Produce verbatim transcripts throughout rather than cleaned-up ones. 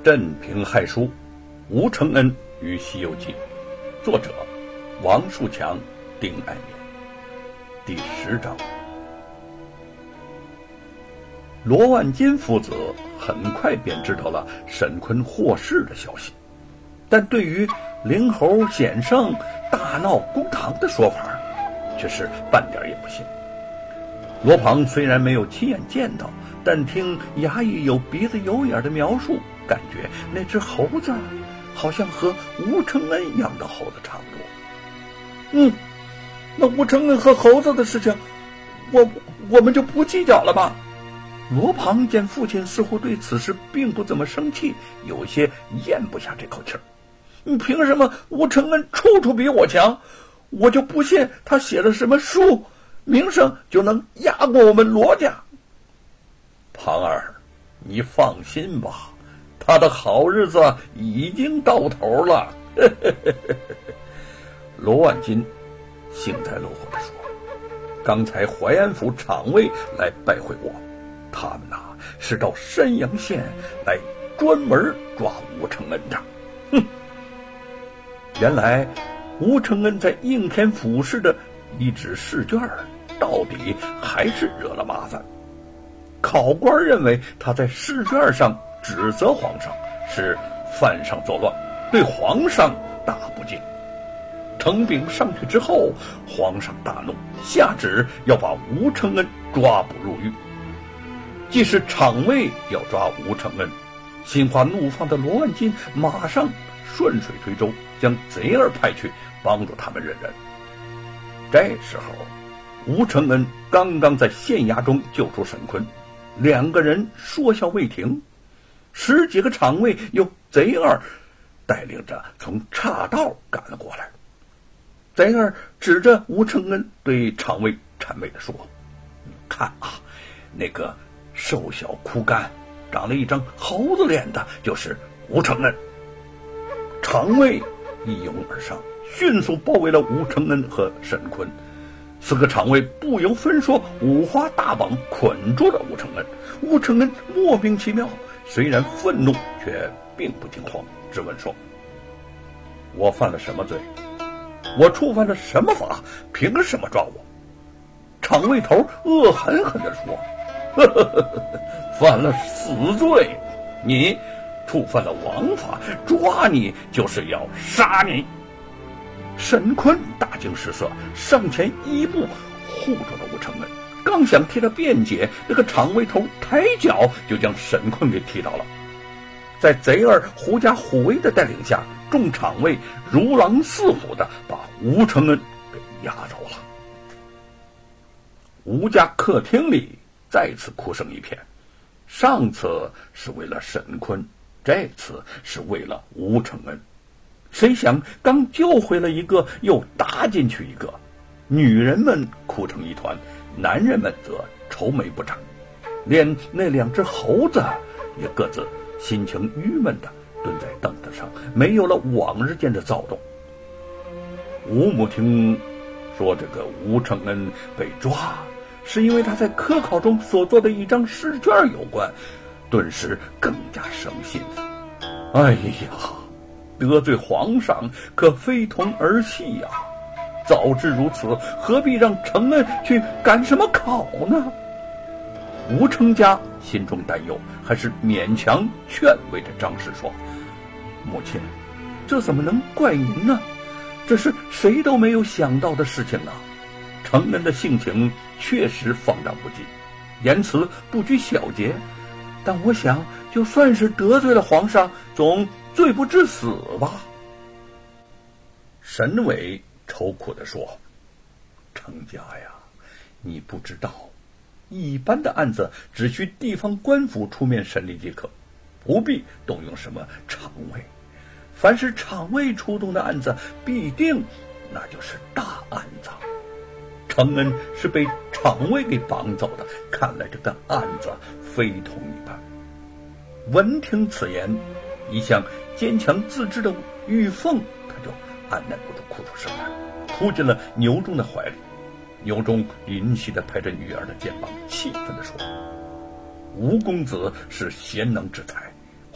镇平害书，吴承恩与西游记，作者王树强、丁爱民。第十章。罗万金父子很快便知道了沈坤获释的消息，但对于灵猴险胜、大闹公堂的说法，却是半点也不信。罗庞虽然没有亲眼见到，但听衙役有鼻子有眼的描述，感觉那只猴子好像和吴承恩养的猴子差不多。嗯，那吴承恩和猴子的事情，我我们就不计较了吧？罗庞见父亲似乎对此事并不怎么生气，有些咽不下这口气儿。你凭什么吴承恩处处比我强？我就不信他写了什么书，名声就能压过我们罗家。庞儿，你放心吧，他的好日子已经到头了。罗万金幸灾乐祸地说，刚才淮安府厂卫来拜会我，他们呐、啊、是到山阳县来专门抓吴承恩的。哼！原来吴承恩在应天府试的一纸试卷，到底还是惹了麻烦。考官认为他在试卷上指责皇上是犯上作乱，对皇上大不敬。呈禀上去之后，皇上大怒，下旨要把吴承恩抓捕入狱。既是厂卫要抓吴承恩，心花怒放的罗万金马上顺水推舟，将贼儿派去帮助他们认人。这时候吴承恩刚刚在县衙中救出沈坤，两个人说笑未停，十几个厂卫由贼儿带领着从岔道赶了过来。贼儿指着吴承恩对厂卫谄媚地说，你看啊，那个瘦小枯干长了一张猴子脸的就是吴承恩。厂卫一拥而上，迅速包围了吴承恩和沈坤。四个厂卫不由分说，五花大绑捆住了吴承恩。吴承恩莫名其妙，虽然愤怒，却并不惊慌，质问说，我犯了什么罪？我触犯了什么法？凭什么抓我？厂卫头恶狠狠地说，呵呵呵呵，犯了死罪，你触犯了王法，抓你就是要杀你。沈坤大惊失色，上前一步护住了吴承恩，刚想替他辩解，那个厂卫头抬脚就将沈坤给踢倒了。在贼儿狐假虎威的带领下，众厂卫如狼似虎的把吴承恩给押走了。吴家客厅里再次哭声一片，上次是为了沈坤，这次是为了吴承恩。谁想刚救回了一个，又搭进去一个，女人们哭成一团，男人们则愁眉不展，连那两只猴子也各自心情郁闷的蹲在凳子上，没有了往日间的躁动。吴母听说这个吴承恩被抓，是因为他在科考中所做的一张试卷有关，顿时更加生信子。哎呀，得罪皇上可非同儿戏呀、啊！早知如此，何必让承恩去赶什么考呢？吴承家心中担忧，还是勉强劝慰着张氏说，母亲，这怎么能怪您呢？这是谁都没有想到的事情啊！承恩的性情确实放荡不羁，言辞不拘小节，但我想就算是得罪了皇上，总罪不至死吧。沈伟愁苦地说，程家呀，你不知道，一般的案子只需地方官府出面审理即可，不必动用什么厂卫。凡是厂卫出动的案子，必定那就是大案子。承恩是被厂卫给绑走的，看来这个案子非同一般。闻听此言，一向坚强自制的玉凤，他就按耐不住哭出声来，扑进了牛中的怀里。牛中怜惜地拍着女儿的肩膀，气愤地说，吴公子是贤能之才，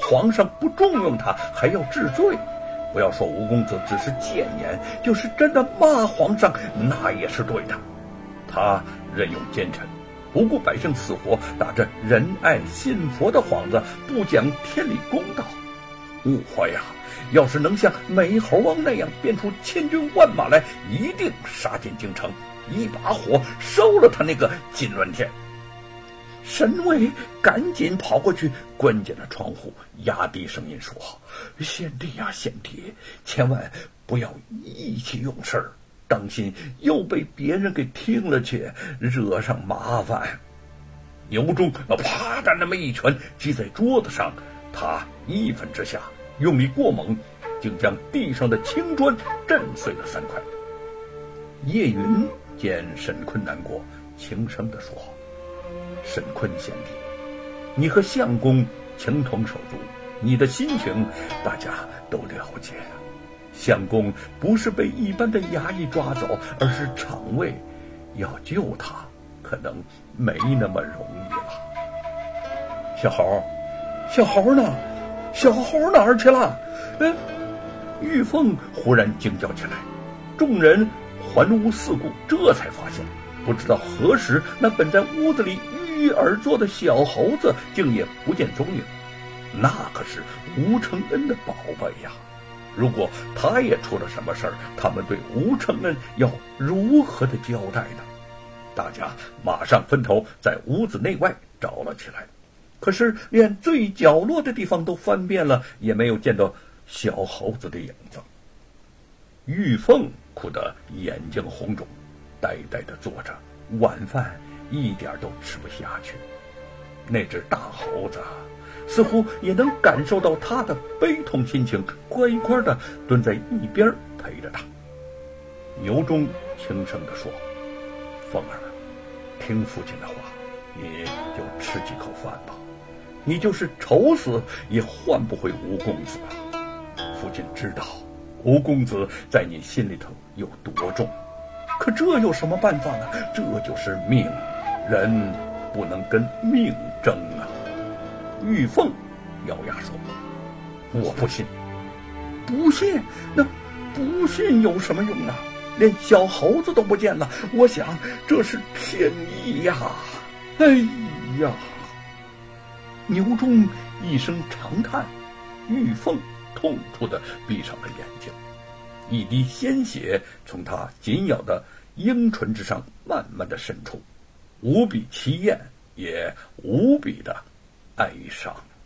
皇上不重用他，还要治罪。不要说吴公子只是谏言，就是真的骂皇上，那也是对的。他任用奸臣，不顾百姓死活，打着仁爱信佛的幌子，不讲天理公道。误会呀！要是能像美猴王那样变出千军万马来，一定杀进京城，一把火烧了他那个金銮殿。沈巍赶紧跑过去，关紧了窗户，压低声音说：“贤弟呀，贤弟，千万不要意气用事儿，当心又被别人给听了去，惹上麻烦。”牛忠啪的那么一拳击在桌子上，他一愤之下用力过猛，竟将地上的青砖震碎了三块。叶云见沈坤难过，轻声地说：“沈坤贤弟，你和相公情同手足，你的心情大家都了解。相公不是被一般的衙役抓走，而是厂卫，要救他可能没那么容易了。”小猴，小猴呢？小猴哪儿去了？嗯，玉凤忽然惊叫起来，众人环屋四顾，这才发现，不知道何时，那本在屋子里郁郁而坐的小猴子竟也不见踪影。那可是吴承恩的宝贝呀！如果他也出了什么事儿，他们对吴承恩要如何的交代呢？大家马上分头在屋子内外找了起来，可是连最角落的地方都翻遍了，也没有见到小猴子的影子。玉凤哭得眼睛红肿，呆呆地坐着，晚饭一点都吃不下去。那只大猴子似乎也能感受到他的悲痛心情，乖乖地蹲在一边陪着他。牛忠轻声地说：“凤儿，听父亲的话，你就吃几口饭吧。你就是愁死也换不回吴公子啊！父亲知道吴公子在你心里头有多重，可这有什么办法呢？这就是命，人不能跟命争啊！”玉凤咬牙说：“我不信。”“不信？那不信有什么用啊？连小猴子都不见了，我想这是天意呀！”哎呀！牛忠一声长叹，玉凤痛楚地闭上了眼睛，一滴鲜血从他紧咬的樱唇之上慢慢地渗出，无比凄艳，也无比的哀伤。